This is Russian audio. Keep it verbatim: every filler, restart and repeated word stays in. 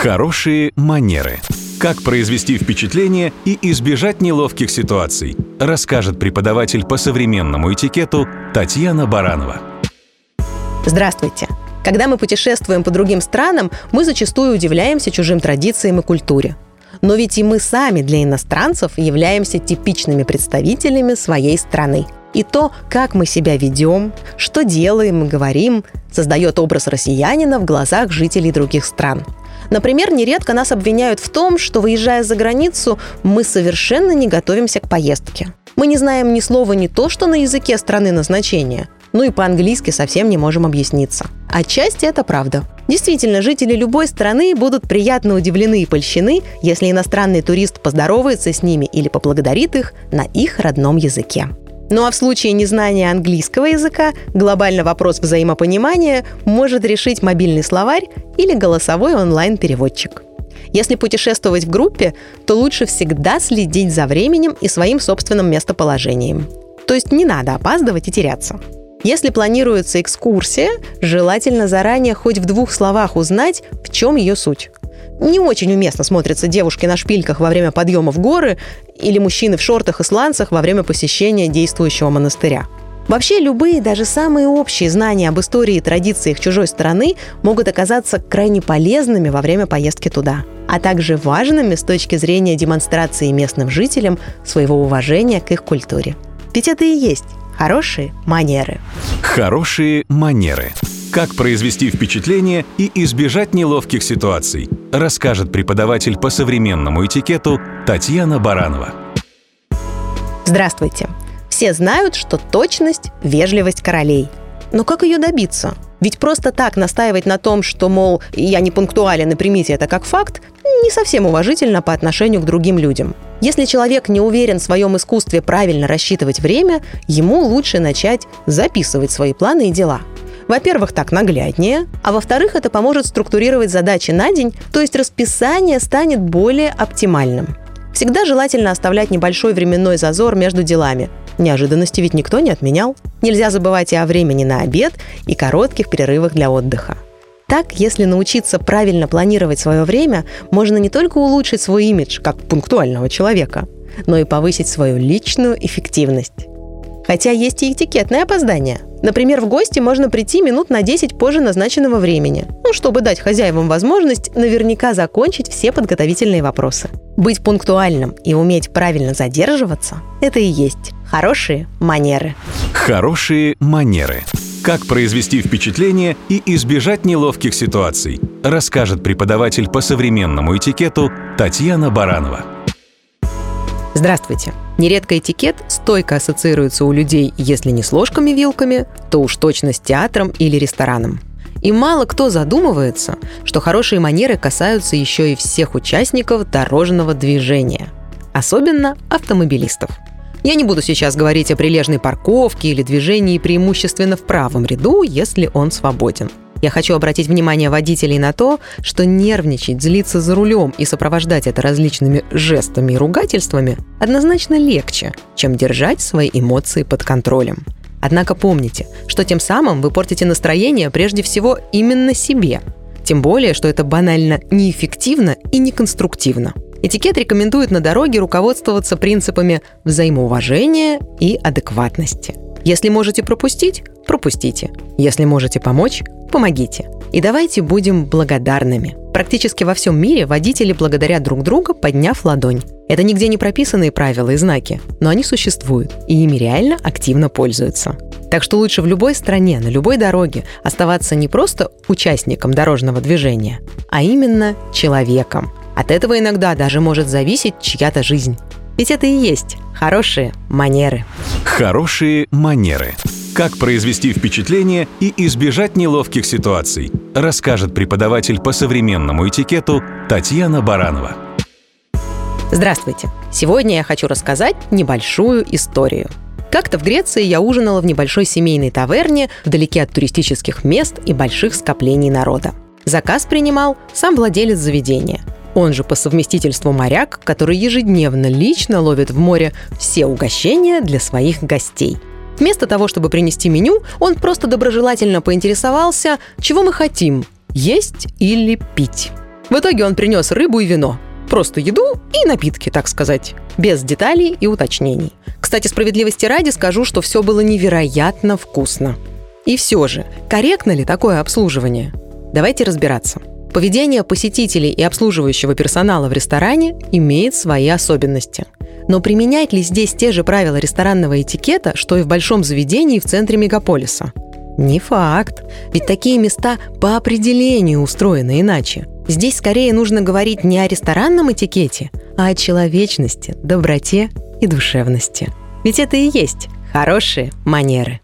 Хорошие манеры. Как произвести впечатление и избежать неловких ситуаций, расскажет преподаватель по современному этикету Татьяна Баранова. Здравствуйте! Когда мы путешествуем по другим странам, мы зачастую удивляемся чужим традициям и культуре. Но ведь и мы сами для иностранцев являемся типичными представителями своей страны. И то, как мы себя ведем, что делаем и говорим, создает образ россиянина в глазах жителей других стран. Например, нередко нас обвиняют в том, что, выезжая за границу, мы совершенно не готовимся к поездке. Мы не знаем ни слова не то, что на языке страны назначения, ну и по-английски совсем не можем объясниться. Отчасти это правда. Действительно, жители любой страны будут приятно удивлены и польщены, если иностранный турист поздоровается с ними или поблагодарит их на их родном языке. Ну а в случае незнания английского языка глобальный вопрос взаимопонимания может решить мобильный словарь или голосовой онлайн-переводчик. Если путешествовать в группе, то лучше всегда следить за временем и своим собственным местоположением. То есть не надо опаздывать и теряться. Если планируется экскурсия, желательно заранее хоть в двух словах узнать, в чем ее суть. Не очень уместно смотрятся девушки на шпильках во время подъема в горы или мужчины в шортах и сланцах во время посещения действующего монастыря. Вообще, любые, даже самые общие знания об истории и традициях чужой страны могут оказаться крайне полезными во время поездки туда, а также важными с точки зрения демонстрации местным жителям своего уважения к их культуре. Ведь это и есть хорошие манеры. Хорошие манеры. Как произвести впечатление и избежать неловких ситуаций, расскажет преподаватель по современному этикету Татьяна Баранова. Здравствуйте! Все знают, что точность – вежливость королей. Но как ее добиться? Ведь просто так настаивать на том, что, мол, я не пунктуален и примите это как факт, не совсем уважительно по отношению к другим людям. Если человек не уверен в своем искусстве правильно рассчитывать время, ему лучше начать записывать свои планы и дела. Во-первых, так нагляднее, а во-вторых, это поможет структурировать задачи на день, то есть расписание станет более оптимальным. Всегда желательно оставлять небольшой временной зазор между делами. Неожиданности ведь никто не отменял. Нельзя забывать и о времени на обед, и коротких перерывах для отдыха. Так, если научиться правильно планировать свое время, можно не только улучшить свой имидж как пунктуального человека, но и повысить свою личную эффективность. Хотя есть и этикетное опоздание. Например, в гости можно прийти минут на десять позже назначенного времени, ну, чтобы дать хозяевам возможность наверняка закончить все подготовительные вопросы. Быть пунктуальным и уметь правильно задерживаться – это и есть хорошие манеры. Хорошие манеры. Как произвести впечатление и избежать неловких ситуаций, расскажет преподаватель по современному этикету Татьяна Баранова. Здравствуйте! Нередко этикет стойко ассоциируется у людей, если не с ложками-вилками, то уж точно с театром или рестораном. И мало кто задумывается, что хорошие манеры касаются еще и всех участников дорожного движения, особенно автомобилистов. Я не буду сейчас говорить о прилежной парковке или движении преимущественно в правом ряду, если он свободен. Я хочу обратить внимание водителей на то, что нервничать, злиться за рулем и сопровождать это различными жестами и ругательствами однозначно легче, чем держать свои эмоции под контролем. Однако помните, что тем самым вы портите настроение прежде всего именно себе. Тем более, что это банально неэффективно и неконструктивно. Этикет рекомендует на дороге руководствоваться принципами взаимоуважения и адекватности. Если можете пропустить – пропустите. Если можете помочь – помогите. И давайте будем благодарными. Практически во всем мире водители благодарят друг друга, подняв ладонь. Это нигде не прописанные правила и знаки, но они существуют, и ими реально активно пользуются. Так что лучше в любой стране, на любой дороге оставаться не просто участником дорожного движения, а именно человеком. От этого иногда даже может зависеть чья-то жизнь. Ведь это и есть хорошие манеры. Хорошие манеры. Как произвести впечатление и избежать неловких ситуаций, расскажет преподаватель по современному этикету Татьяна Баранова. Здравствуйте! Сегодня я хочу рассказать небольшую историю. Как-то в Греции я ужинала в небольшой семейной таверне вдалеке от туристических мест и больших скоплений народа. Заказ принимал сам владелец заведения. Он же по совместительству моряк, который ежедневно лично ловит в море все угощения для своих гостей. Вместо того, чтобы принести меню, он просто доброжелательно поинтересовался, чего мы хотим – есть или пить. В итоге он принес рыбу и вино. Просто еду и напитки, так сказать, без деталей и уточнений. Кстати, справедливости ради скажу, что все было невероятно вкусно. И все же, корректно ли такое обслуживание? Давайте разбираться. Поведение посетителей и обслуживающего персонала в ресторане имеет свои особенности. Но применять ли здесь те же правила ресторанного этикета, что и в большом заведении в центре мегаполиса? Не факт. Ведь такие места по определению устроены иначе. Здесь скорее нужно говорить не о ресторанном этикете, а о человечности, доброте и душевности. Ведь это и есть хорошие манеры.